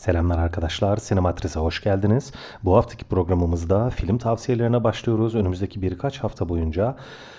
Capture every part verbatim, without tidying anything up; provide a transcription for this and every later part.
Selamlar arkadaşlar, Sinematris'e hoş geldiniz. Bu haftaki programımızda film tavsiyelerine başlıyoruz. Önümüzdeki birkaç hafta boyunca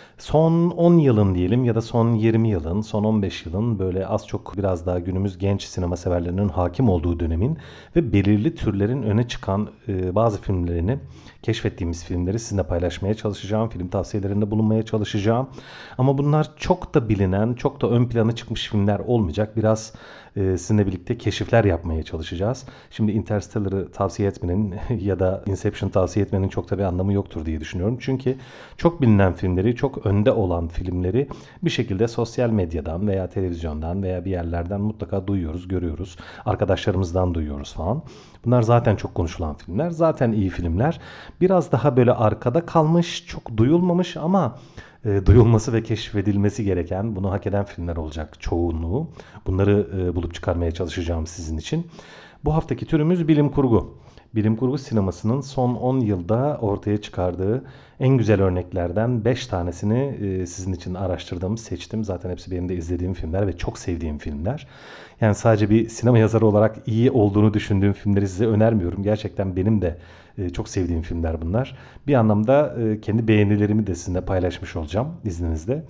son on yılın diyelim ya da son yirmi yılın, son on beş yılın böyle az çok biraz daha günümüz genç sinema severlerinin hakim olduğu dönemin ve belirli türlerin öne çıkan e, bazı filmlerini, keşfettiğimiz filmleri sizinle paylaşmaya çalışacağım. Film tavsiyelerinde bulunmaya çalışacağım. Ama bunlar çok da bilinen, çok da ön plana çıkmış filmler olmayacak. Biraz e, sizinle birlikte keşifler yapmaya çalışacağız. Şimdi Interstellar'ı tavsiye etmenin ya da Inception tavsiye etmenin çok da bir anlamı yoktur diye düşünüyorum. Çünkü çok bilinen filmleri, çok önde olan filmleri bir şekilde sosyal medyadan veya televizyondan veya bir yerlerden mutlaka duyuyoruz, görüyoruz. Arkadaşlarımızdan duyuyoruz falan. Bunlar zaten çok konuşulan filmler, zaten iyi filmler. Biraz daha böyle arkada kalmış, çok duyulmamış ama e, duyulması ve keşfedilmesi gereken, bunu hak eden filmler olacak çoğunluğu. Bunları e, bulup çıkarmaya çalışacağım sizin için. Bu haftaki türümüz bilim kurgu. Bilim kurgu sinemasının son on yılda ortaya çıkardığı en güzel örneklerden beş tanesini e, sizin için araştırdım, seçtim. Zaten hepsi benim de izlediğim filmler ve çok sevdiğim filmler. Yani sadece bir sinema yazarı olarak iyi olduğunu düşündüğüm filmleri size önermiyorum. Gerçekten benim de e, çok sevdiğim filmler bunlar. Bir anlamda e, kendi beğenilerimi de sizinle paylaşmış olacağım izninizle.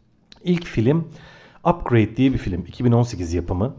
İlk film Upgrade diye bir film. iki bin on sekiz yapımı.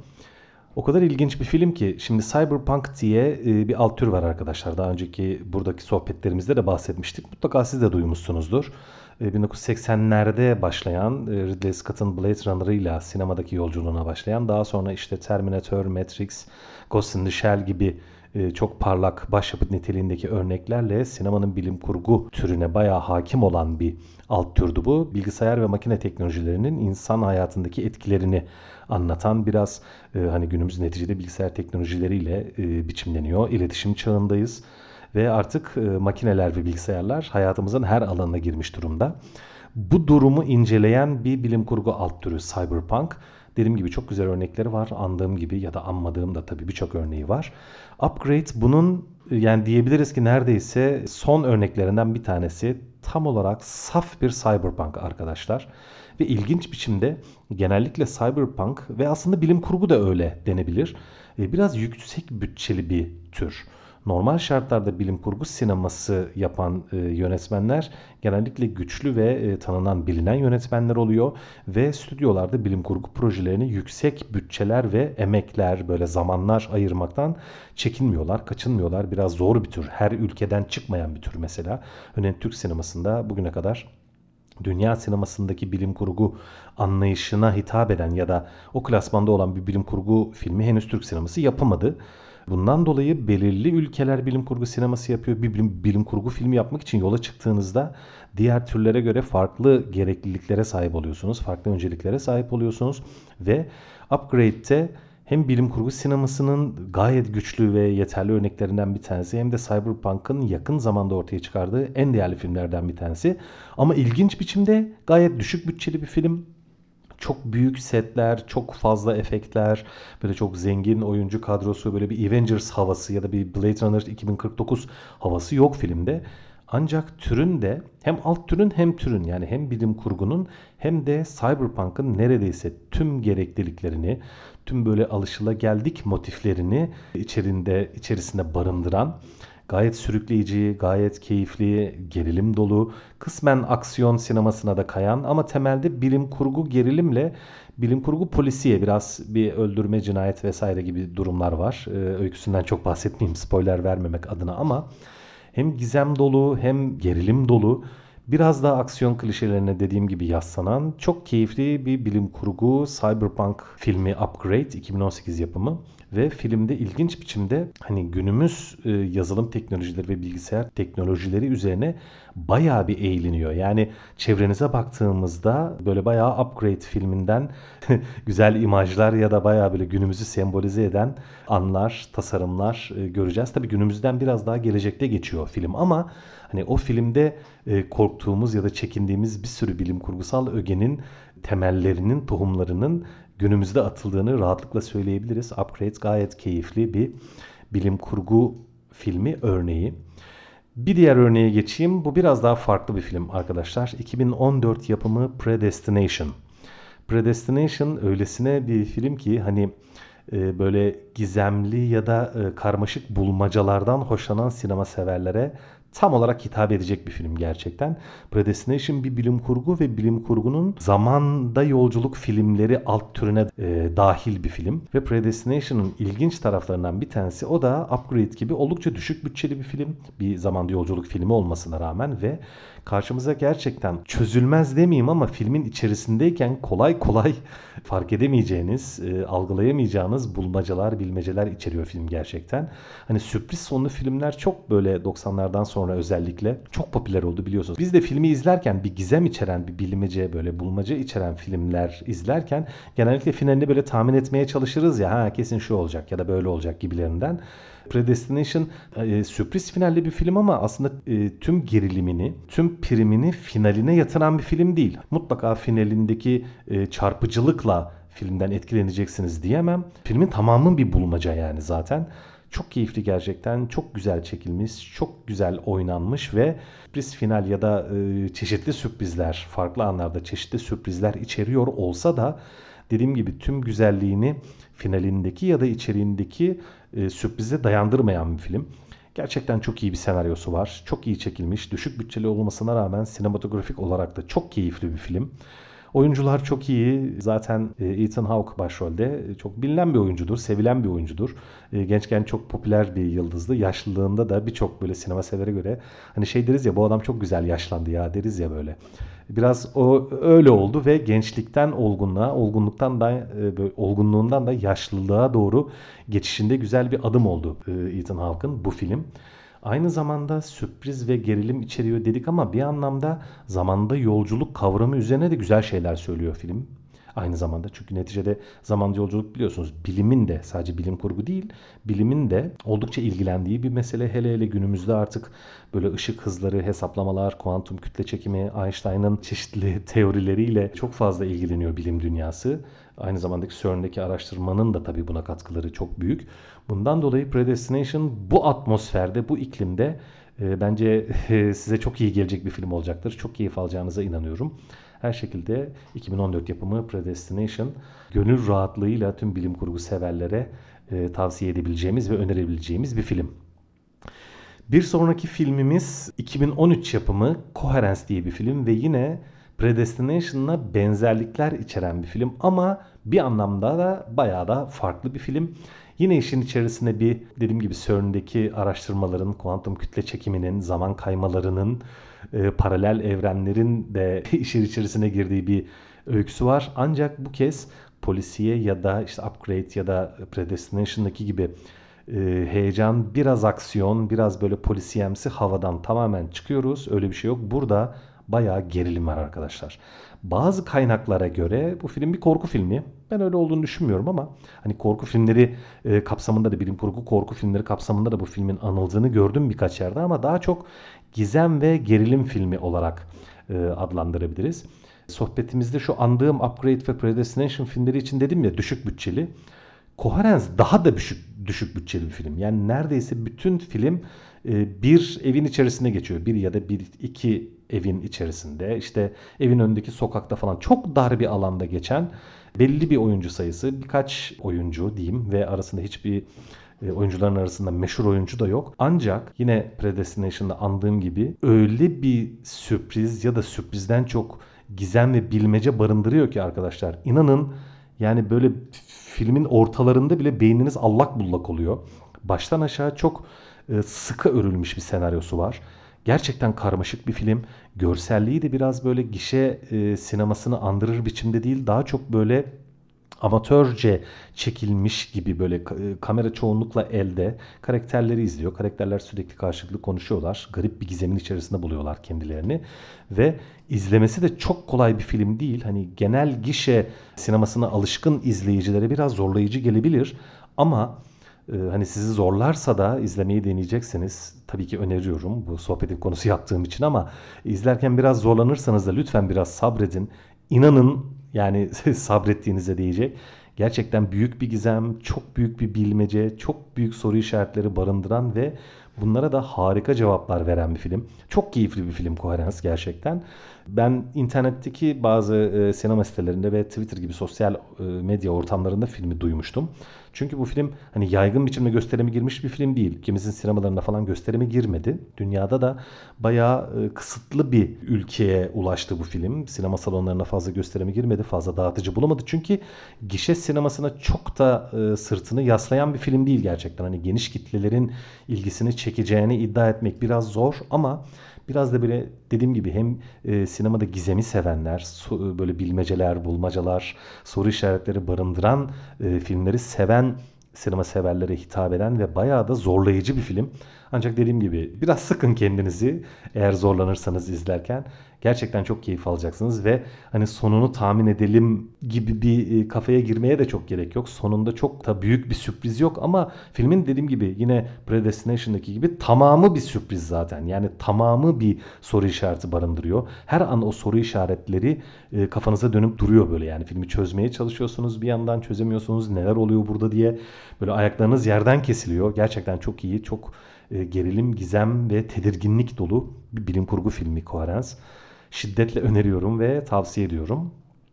O kadar ilginç bir film ki şimdi cyberpunk diye e, bir alt tür var arkadaşlar. Daha önceki buradaki sohbetlerimizde de bahsetmiştik. Mutlaka siz de duymuşsunuzdur. E, bin dokuz yüz seksenlerde başlayan e, Ridley Scott'ın Blade Runner'ıyla sinemadaki yolculuğuna başlayan, daha sonra işte Terminator, Matrix, Ghost in the Shell gibi e, çok parlak başyapıt niteliğindeki örneklerle sinemanın bilim kurgu türüne bayağı hakim olan bir alt türdü bu. Bilgisayar ve makine teknolojilerinin insan hayatındaki etkilerini anlatan, biraz e, hani günümüz neticede bilgisayar teknolojileriyle e, biçimleniyor. İletişim çağındayız ve artık e, makineler ve bilgisayarlar hayatımızın her alanına girmiş durumda. Bu durumu inceleyen bir bilim kurgu alt türü cyberpunk. Dediğim gibi çok güzel örnekleri var. Andığım gibi ya da anmadığım da tabii birçok örneği var. Upgrade bunun, yani diyebiliriz ki neredeyse son örneklerinden bir tanesi. Tam olarak saf bir cyberpunk arkadaşlar. Ve ilginç biçimde genellikle cyberpunk ve aslında bilim kurgu da öyle denebilir. E, Biraz yüksek bütçeli bir tür. Normal şartlarda bilim kurgu sineması yapan e, yönetmenler genellikle güçlü ve e, tanınan, bilinen yönetmenler oluyor ve stüdyolarda bilim kurgu projelerini yüksek bütçeler ve emekler, böyle zamanlar ayırmaktan çekinmiyorlar, kaçınmıyorlar. Biraz zor bir tür. Her ülkeden çıkmayan bir tür mesela. Örneğin Türk sinemasında bugüne kadar dünya sinemasındaki bilim kurgu anlayışına hitap eden ya da o klasmanda olan bir bilim kurgu filmi henüz Türk sineması yapamadı. Bundan dolayı belirli ülkeler bilim kurgu sineması yapıyor. Bir bilim, bilim kurgu filmi yapmak için yola çıktığınızda diğer türlere göre farklı gerekliliklere sahip oluyorsunuz. Farklı önceliklere sahip oluyorsunuz. Ve Upgrade'de hem bilim kurgu sinemasının gayet güçlü ve yeterli örneklerinden bir tanesi, hem de Cyberpunk'ın yakın zamanda ortaya çıkardığı en değerli filmlerden bir tanesi. Ama ilginç biçimde gayet düşük bütçeli bir film. Çok büyük setler, çok fazla efektler, böyle çok zengin oyuncu kadrosu, böyle bir Avengers havası ya da bir Blade Runner iki bin kırk dokuz havası yok filmde. Ancak türün de, hem alt türün hem türün, yani hem bilim kurgunun hem de cyberpunk'ın neredeyse tüm gerekliliklerini, tüm böyle alışılageldik motiflerini içerisinde içerisinde barındıran, gayet sürükleyici, gayet keyifli, gerilim dolu, kısmen aksiyon sinemasına da kayan ama temelde bilim kurgu gerilimle bilim kurgu polisiye, biraz bir öldürme, cinayet vesaire gibi durumlar var. Ee, öyküsünden çok bahsetmeyeyim spoiler vermemek adına, ama hem gizem dolu hem gerilim dolu, biraz daha aksiyon klişelerine dediğim gibi yaslanan çok keyifli bir bilim kurgu cyberpunk filmi Upgrade, iki bin on sekiz yapımı. Ve filmde ilginç biçimde hani günümüz e, yazılım teknolojileri ve bilgisayar teknolojileri üzerine bayağı bir eğleniyor. Yani çevrenize baktığımızda böyle bayağı Upgrade filminden güzel imajlar ya da bayağı böyle günümüzü sembolize eden anlar, tasarımlar e, göreceğiz. Tabii günümüzden biraz daha gelecekte geçiyor film, ama hani o filmde e, korktuğumuz ya da çekindiğimiz bir sürü bilim kurgusal ögenin temellerinin, tohumlarının günümüzde atıldığını rahatlıkla söyleyebiliriz. Upgrade gayet keyifli bir bilim kurgu filmi örneği. Bir diğer örneğe geçeyim. Bu biraz daha farklı bir film arkadaşlar. iki bin on dört yapımı Predestination. Predestination öylesine bir film ki hani e, böyle gizemli ya da e, karmaşık bulmacalardan hoşlanan sinema severlere tam olarak hitap edecek bir film gerçekten. Predestination bir bilim kurgu ve bilim kurgunun zamanda yolculuk filmleri alt türüne e, dahil bir film. Ve Predestination'ın ilginç taraflarından bir tanesi o da Upgrade gibi oldukça düşük bütçeli bir film. Bir zamanda yolculuk filmi olmasına rağmen ve karşımıza gerçekten çözülmez demeyeyim ama filmin içerisindeyken kolay kolay fark edemeyeceğiniz, e, algılayamayacağınız bulmacalar, bilmeceler içeriyor film gerçekten. Hani sürpriz sonlu filmler çok böyle doksanlardan sonra özellikle çok popüler oldu biliyorsunuz. Biz de filmi izlerken bir gizem içeren, bir bilmece, böyle bulmaca içeren filmler izlerken genellikle finalini böyle tahmin etmeye çalışırız ya, ha kesin şu olacak ya da böyle olacak gibilerinden. Predestination e, sürpriz finalli bir film ama aslında e, tüm gerilimini, tüm primini finaline yatıran bir film değil. Mutlaka finalindeki e, çarpıcılıkla filmden etkileneceksiniz diyemem. Filmin tamamı bir bulmaca yani zaten. Çok keyifli gerçekten, çok güzel çekilmiş, çok güzel oynanmış ve sürpriz final ya da e, çeşitli sürprizler, farklı anlarda çeşitli sürprizler içeriyor olsa da dediğim gibi tüm güzelliğini finalindeki ya da içeriğindeki e, sürprize dayandırmayan bir film. Gerçekten çok iyi bir senaryosu var. Çok iyi çekilmiş. Düşük bütçeli olmasına rağmen sinematografik olarak da çok keyifli bir film. Oyuncular çok iyi. Zaten Ethan Hawke başrolde. Çok bilinen bir oyuncudur, sevilen bir oyuncudur. Gençken çok popüler bir yıldızdı. Yaşlılığında da birçok böyle sinema severe göre hani şey deriz ya, bu adam çok güzel yaşlandı ya deriz ya böyle. Biraz o öyle oldu ve gençlikten olgunluğa, olgunluktan da böyle olgunluğundan da yaşlılığa doğru geçişinde güzel bir adım oldu Ethan Hawke'ın bu film. Aynı zamanda sürpriz ve gerilim içeriyor dedik ama bir anlamda zamanda yolculuk kavramı üzerine de güzel şeyler söylüyor film. Aynı zamanda çünkü neticede zamanda yolculuk biliyorsunuz bilimin de, sadece bilim kurgu değil, bilimin de oldukça ilgilendiği bir mesele. Hele hele günümüzde artık böyle ışık hızları, hesaplamalar, kuantum kütle çekimi, Einstein'ın çeşitli teorileriyle çok fazla ilgileniyor bilim dünyası. Aynı zamandaki CERN'deki araştırmanın da tabii buna katkıları çok büyük. Bundan dolayı Predestination bu atmosferde, bu iklimde e, bence e, size çok iyi gelecek bir film olacaktır. Çok keyif alacağınıza inanıyorum. Her şekilde iki bin on dört yapımı Predestination gönül rahatlığıyla tüm bilim kurgu severlere e, tavsiye edebileceğimiz ve önerebileceğimiz bir film. Bir sonraki filmimiz iki bin on üç yapımı Coherence diye bir film ve yine Predestination'la benzerlikler içeren bir film ama bir anlamda da bayağı da farklı bir film. Yine işin içerisinde bir dediğim gibi CERN'deki araştırmaların, kuantum kütle çekiminin, zaman kaymalarının, e, paralel evrenlerin de işin içerisine girdiği bir öyküsü var. Ancak bu kez polisiye ya da işte Upgrade ya da Predestination'daki gibi e, heyecan, biraz aksiyon, biraz böyle polisiyemsi havadan tamamen çıkıyoruz. Öyle bir şey yok. Burada bayağı gerilim var arkadaşlar. Bazı kaynaklara göre bu film bir korku filmi. Ben öyle olduğunu düşünmüyorum ama hani korku filmleri e, kapsamında da, bilim kurgu korku filmleri kapsamında da bu filmin anıldığını gördüm birkaç yerde ama daha çok gizem ve gerilim filmi olarak e, adlandırabiliriz. Sohbetimizde şu andığım Upgrade ve Predestination filmleri için dedim ya düşük bütçeli. Coherence daha da düşük, düşük bütçeli bir film. Yani neredeyse bütün film e, bir evin içerisinde geçiyor. Bir ya da bir iki evin içerisinde. İşte evin önündeki sokakta falan çok dar bir alanda geçen belli bir oyuncu sayısı. Birkaç oyuncu diyeyim ve arasında hiçbir e, oyuncuların arasında meşhur oyuncu da yok. Ancak yine Predestination'da andığım gibi öyle bir sürpriz ya da sürprizden çok gizem ve bilmece barındırıyor ki arkadaşlar. İnanın yani böyle filmin ortalarında bile beyniniz allak bullak oluyor. Baştan aşağı çok e, sıkı örülmüş bir senaryosu var. Gerçekten karmaşık bir film. Görselliği de biraz böyle gişe e, sinemasını andırır biçimde değil. Daha çok böyle amatörce çekilmiş gibi, böyle e, kamera çoğunlukla elde. Karakterleri izliyor. Karakterler sürekli karşılıklı konuşuyorlar. Garip bir gizemin içerisinde buluyorlar kendilerini. Ve izlemesi de çok kolay bir film değil. Hani genel gişe sinemasına alışkın izleyicilere biraz zorlayıcı gelebilir. Ama e, hani sizi zorlarsa da izlemeyi deneyecekseniz tabii ki öneriyorum. Bu sohbetin konusu yaptığım için ama izlerken biraz zorlanırsanız da lütfen biraz sabredin. İnanın yani sabrettiğinize değecek. Gerçekten büyük bir gizem, çok büyük bir bilmece, çok büyük soru işaretleri barındıran ve Bunlara da harika cevaplar veren bir film. Çok keyifli bir film Coherence gerçekten. Ben internetteki bazı e, sinema sitelerinde ve Twitter gibi sosyal e, medya ortamlarında filmi duymuştum. Çünkü bu film hani yaygın biçimde gösterime girmiş bir film değil. Ülkemizin sinemalarına falan gösterime girmedi. Dünyada da bayağı e, kısıtlı bir ülkeye ulaştı bu film. Sinema salonlarına fazla gösterime girmedi. Fazla dağıtıcı bulamadı. Çünkü gişe sinemasına çok da e, sırtını yaslayan bir film değil gerçekten. Hani geniş kitlelerin ilgisini çekeceğini iddia etmek biraz zor ama biraz da böyle dediğim gibi hem e, sinemada gizemi sevenler, so- böyle bilmeceler, bulmacalar, soru işaretleri barındıran e, filmleri seven sinema severlere hitap eden ve bayağı da zorlayıcı bir film. Ancak dediğim gibi biraz sıkın kendinizi eğer zorlanırsanız izlerken. Gerçekten çok keyif alacaksınız ve hani sonunu tahmin edelim gibi bir e, kafaya girmeye de çok gerek yok. Sonunda çok da büyük bir sürpriz yok ama filmin dediğim gibi yine Predestination'daki gibi tamamı bir sürpriz zaten. Yani tamamı bir soru işareti barındırıyor. Her an o soru işaretleri e, kafanıza dönüp duruyor böyle. Yani filmi çözmeye çalışıyorsunuz, bir yandan çözemiyorsunuz. Neler oluyor burada diye böyle ayaklarınız yerden kesiliyor. Gerçekten çok iyi, çok e, gerilim, gizem ve tedirginlik dolu bir bilim kurgu filmi Coherence. Şiddetle öneriyorum ve tavsiye ediyorum.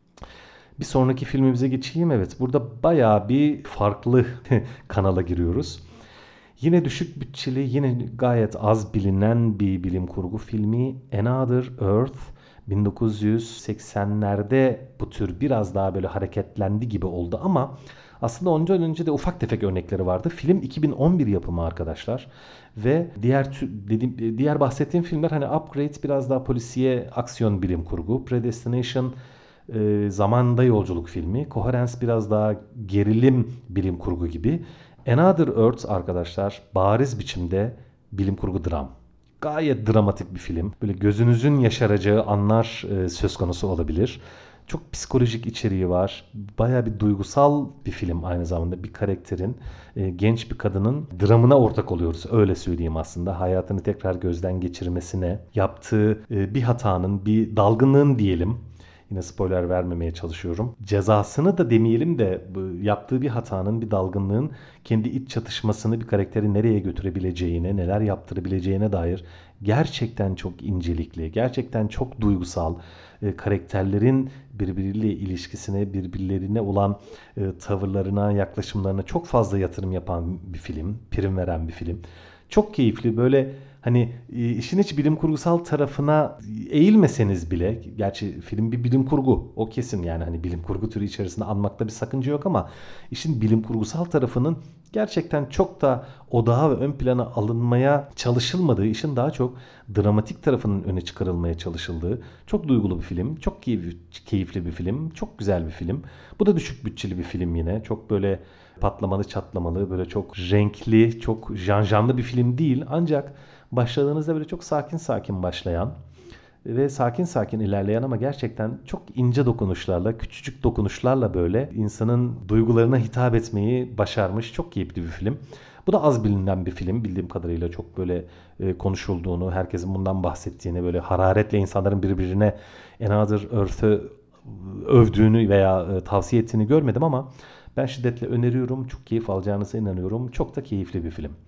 Bir sonraki filmimize geçeyim. Evet, burada bayağı bir farklı kanala giriyoruz. Yine düşük bütçeli, yine gayet az bilinen bir bilim kurgu filmi Another Earth. bin dokuz yüz seksenlerde bu tür biraz daha böyle hareketlendi gibi oldu ama aslında ondan önce de ufak tefek örnekleri vardı. Film iki bin on bir yapımı arkadaşlar ve diğer dediğim, diğer bahsettiğim filmler hani Upgrade biraz daha polisiye aksiyon bilim kurgu, Predestination e, zamanda yolculuk filmi, Coherence biraz daha gerilim bilim kurgu gibi. Another Earth arkadaşlar bariz biçimde bilim kurgu dram. Gayet dramatik bir film. Böyle gözünüzün yaşaracağı anlar e, söz konusu olabilir. Çok psikolojik içeriği var. Baya bir duygusal bir film aynı zamanda. Bir karakterin, e, genç bir kadının dramına ortak oluyoruz. Öyle söyleyeyim aslında. Hayatını tekrar gözden geçirmesine, yaptığı e, bir hatanın, bir dalgınlığın diyelim. Yine spoiler vermemeye çalışıyorum. Cezasını da demeyelim de yaptığı bir hatanın, bir dalgınlığın kendi iç çatışmasını bir karakteri nereye götürebileceğine, neler yaptırabileceğine dair gerçekten çok incelikli, gerçekten çok duygusal, e, karakterlerin birbiriyle ilişkisine, birbirlerine olan e, tavırlarına, yaklaşımlarına çok fazla yatırım yapan bir film, prim veren bir film. Çok keyifli, böyle hani e, işin hiç bilim kurgusal tarafına eğilmeseniz bile, gerçi film bir bilim kurgu, o kesin yani hani bilim kurgu türü içerisinde anmakta bir sakınca yok ama işin bilim kurgusal tarafının gerçekten çok da odağa ve ön plana alınmaya çalışılmadığı, işin daha çok dramatik tarafının öne çıkarılmaya çalışıldığı çok duygulu bir film, çok keyifli bir film, çok güzel bir film. Bu da düşük bütçeli bir film yine. Çok böyle patlamalı çatlamalı, böyle çok renkli, çok janjanlı bir film değil. Ancak başladığınızda böyle çok sakin sakin başlayan ve sakin sakin ilerleyen ama gerçekten çok ince dokunuşlarla, küçücük dokunuşlarla böyle insanın duygularına hitap etmeyi başarmış çok keyifli bir film. Bu da az bilinen bir film. Bildiğim kadarıyla çok böyle e, konuşulduğunu, herkesin bundan bahsettiğini, böyle hararetle insanların birbirine Another Earth'ü övdüğünü veya e, tavsiye ettiğini görmedim ama ben şiddetle öneriyorum. Çok keyif alacağınıza inanıyorum. Çok da keyifli bir film.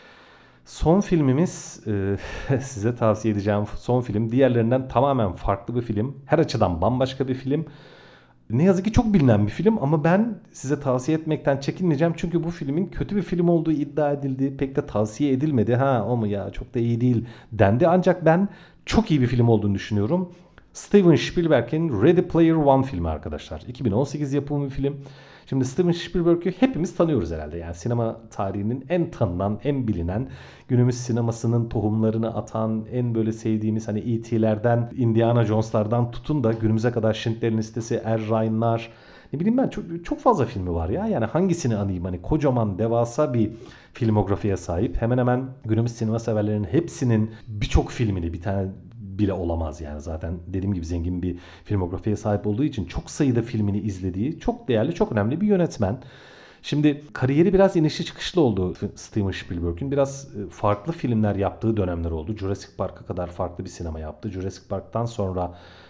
Son filmimiz e, size tavsiye edeceğim son film. Diğerlerinden tamamen farklı bir film. Her açıdan bambaşka bir film. Ne yazık ki çok bilinen bir film ama ben size tavsiye etmekten çekinmeyeceğim. Çünkü bu filmin kötü bir film olduğu iddia edildi. Pek de tavsiye edilmedi. Ha o mu ya çok da iyi değil dendi. Ancak ben çok iyi bir film olduğunu düşünüyorum. Steven Spielberg'in Ready Player One filmi arkadaşlar. iki bin on sekiz yapımı bir film. Şimdi Steven Spielberg'ü hepimiz tanıyoruz herhalde. Yani sinema tarihinin en tanınan, en bilinen, günümüz sinemasının tohumlarını atan, en böyle sevdiğimiz hani E T'lerden, Indiana Jones'lardan tutun da günümüze kadar Schindler'in Listesi, Er Ryan'lar, ne bileyim ben çok, çok fazla filmi var ya. Yani hangisini anayım? Hani kocaman, devasa bir filmografiye sahip. Hemen hemen günümüz sinema severlerinin hepsinin birçok filmini, bir tane bile olamaz yani, zaten dediğim gibi zengin bir filmografiye sahip olduğu için çok sayıda filmini izlediği çok değerli, çok önemli bir yönetmen. Şimdi kariyeri biraz inişli çıkışlı oldu Steven Spielberg'in. Biraz farklı filmler yaptığı dönemler oldu. Jurassic Park'a kadar farklı bir sinema yaptı. Jurassic Park'tan sonra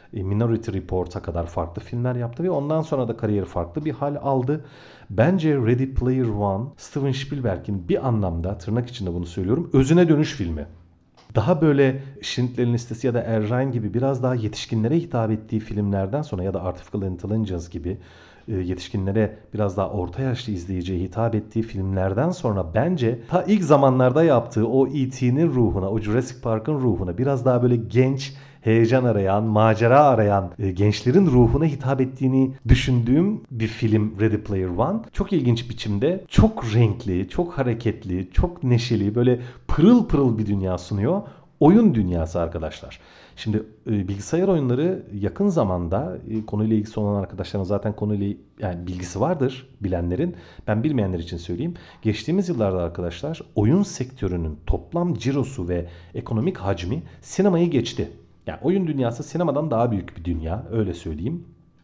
e, Minority Report'a kadar farklı filmler yaptı ve ondan sonra da kariyeri farklı bir hal aldı. Bence Ready Player One, Steven Spielberg'in bir anlamda, tırnak içinde bunu söylüyorum, özüne dönüş filmi. Daha böyle Schindler'in Listesi ya da Er Ryan gibi biraz daha yetişkinlere hitap ettiği filmlerden sonra ya da Artificial Intelligence gibi yetişkinlere biraz daha orta yaşlı izleyiciye hitap ettiği filmlerden sonra bence ta ilk zamanlarda yaptığı o E T'nin ruhuna, o Jurassic Park'ın ruhuna, biraz daha böyle genç, heyecan arayan, macera arayan e, gençlerin ruhuna hitap ettiğini düşündüğüm bir film Ready Player One. Çok ilginç biçimde, çok renkli, çok hareketli, çok neşeli, böyle pırıl pırıl bir dünya sunuyor. Oyun dünyası arkadaşlar. Şimdi e, bilgisayar oyunları yakın zamanda e, konuyla ilgisi olan arkadaşların zaten konuyla yani bilgisi vardır bilenlerin. Ben bilmeyenler için söyleyeyim. Geçtiğimiz yıllarda arkadaşlar oyun sektörünün toplam cirosu ve ekonomik hacmi sinemayı geçti. Yani oyun dünyası sinemadan daha büyük bir dünya, öyle söyleyeyim.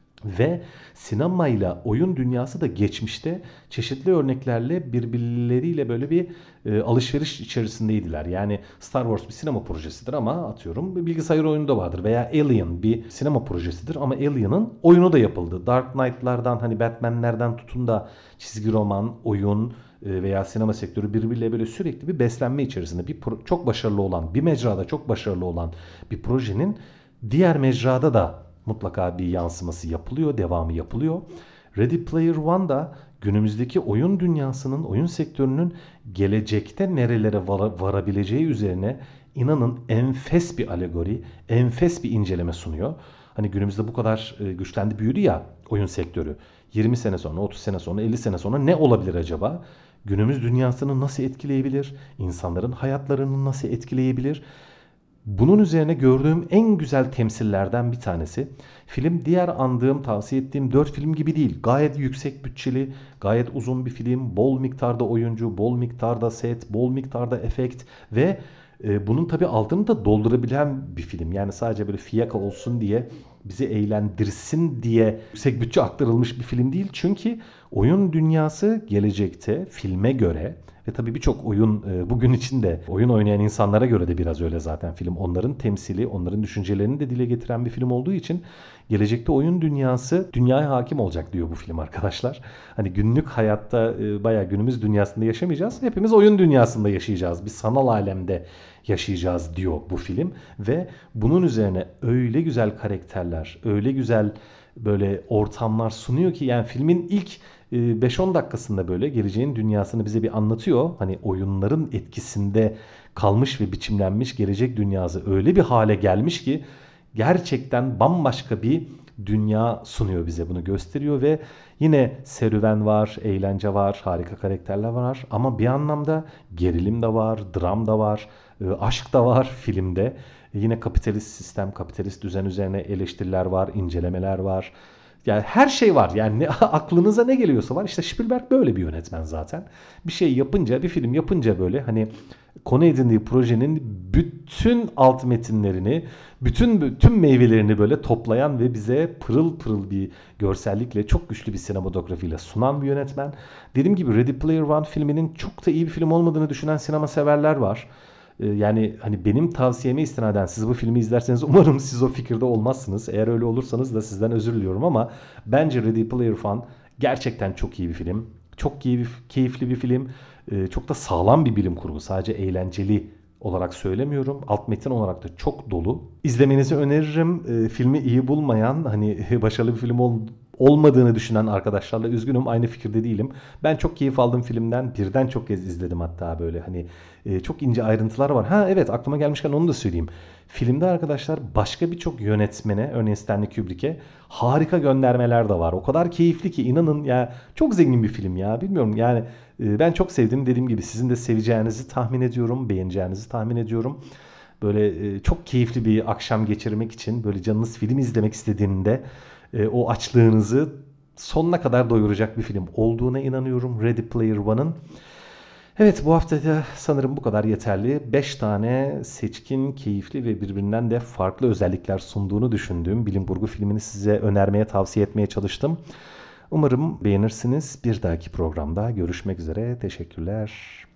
Ve sinemayla oyun dünyası da geçmişte çeşitli örneklerle birbirleriyle böyle bir e, alışveriş içerisindeydiler. Yani Star Wars bir sinema projesidir ama atıyorum bir bilgisayar oyunu da vardır. Veya Alien bir sinema projesidir ama Alien'ın oyunu da yapıldı. Dark Knight'lardan, hani Batman'lerden tutun da çizgi roman, oyun e, veya sinema sektörü birbiriyle böyle sürekli bir beslenme içerisinde. Bir pro- çok başarılı olan, bir mecrada çok başarılı olan bir projenin diğer mecrada da mutlaka bir yansıması yapılıyor, devamı yapılıyor. Ready Player One da günümüzdeki oyun dünyasının, oyun sektörünün gelecekte nerelere var- varabileceği üzerine inanın enfes bir alegori, enfes bir inceleme sunuyor. Hani günümüzde bu kadar e, güçlendi, büyüdü ya oyun sektörü. yirmi sene sonra, otuz sene sonra, elli sene sonra ne olabilir acaba? Günümüz dünyasını nasıl etkileyebilir? İnsanların hayatlarını nasıl etkileyebilir? Bunun üzerine gördüğüm en güzel temsillerden bir tanesi. Film diğer andığım, tavsiye ettiğim dört film gibi değil. Gayet yüksek bütçeli, gayet uzun bir film. Bol miktarda oyuncu, bol miktarda set, bol miktarda efekt ve e, bunun tabii altını da doldurabilen bir film. Yani sadece böyle fiyaka olsun diye, bizi eğlendirsin diye yüksek bütçe aktarılmış bir film değil. Çünkü oyun dünyası gelecekte filme göre ve tabii birçok oyun bugün için de oyun oynayan insanlara göre de biraz öyle zaten film. Onların temsili, onların düşüncelerini de dile getiren bir film olduğu için gelecekte oyun dünyası dünyaya hakim olacak diyor bu film arkadaşlar. Hani günlük hayatta bayağı günümüz dünyasında yaşamayacağız. Hepimiz oyun dünyasında yaşayacağız. Bir sanal alemde yaşayacağız diyor bu film. Ve bunun üzerine öyle güzel karakterler, öyle güzel böyle ortamlar sunuyor ki yani filmin ilk beş on dakikasında böyle geleceğin dünyasını bize bir anlatıyor. Hani oyunların etkisinde kalmış ve biçimlenmiş gelecek dünyası öyle bir hale gelmiş ki gerçekten bambaşka bir dünya sunuyor bize, bunu gösteriyor ve yine serüven var, eğlence var, harika karakterler var ama bir anlamda gerilim de var, dram da var, aşk da var filmde. Yine kapitalist sistem, kapitalist düzen üzerine eleştiriler var, incelemeler var. Yani her şey var. Yani ne, aklınıza ne geliyorsa var. İşte Spielberg böyle bir yönetmen zaten. Bir şey yapınca, bir film yapınca böyle hani konu edindiği projenin bütün alt metinlerini, bütün tüm meyvelerini böyle toplayan ve bize pırıl pırıl bir görsellikle, çok güçlü bir sinematografiyle sunan bir yönetmen. Dediğim gibi Ready Player One filminin çok da iyi bir film olmadığını düşünen sinema severler var. Yani hani benim tavsiyeme istinaden siz bu filmi izlerseniz umarım siz o fikirde olmazsınız. Eğer öyle olursanız da sizden özür diliyorum ama bence Ready Player One gerçekten çok iyi bir film. Çok keyifli bir film. Çok da sağlam bir bilim kurgu. Sadece eğlenceli olarak söylemiyorum. Alt metin olarak da çok dolu. İzlemenizi öneririm. Filmi iyi bulmayan, hani başarılı bir film ol olmadığını düşünen arkadaşlarla üzgünüm, aynı fikirde değilim. Ben çok keyif aldım filmden. Birden çok kez izledim hatta böyle hani e, çok ince ayrıntılar var. Ha evet, aklıma gelmişken onu da söyleyeyim. Filmde arkadaşlar başka birçok yönetmene, örneğin Stanley Kubrick'e harika göndermeler de var. O kadar keyifli ki inanın ya, çok zengin bir film ya, bilmiyorum yani e, ben çok sevdim. Dediğim gibi sizin de seveceğinizi tahmin ediyorum, beğeneceğinizi tahmin ediyorum. Böyle e, çok keyifli bir akşam geçirmek için, böyle canınız film izlemek istediğinde e, o açlığınızı sonuna kadar doyuracak bir film olduğuna inanıyorum Ready Player One'ın. Evet, bu hafta da sanırım bu kadar yeterli. beş tane seçkin, keyifli ve birbirinden de farklı özellikler sunduğunu düşündüğüm bilim kurgu filmini size önermeye, tavsiye etmeye çalıştım. Umarım beğenirsiniz. Bir dahaki programda görüşmek üzere. Teşekkürler.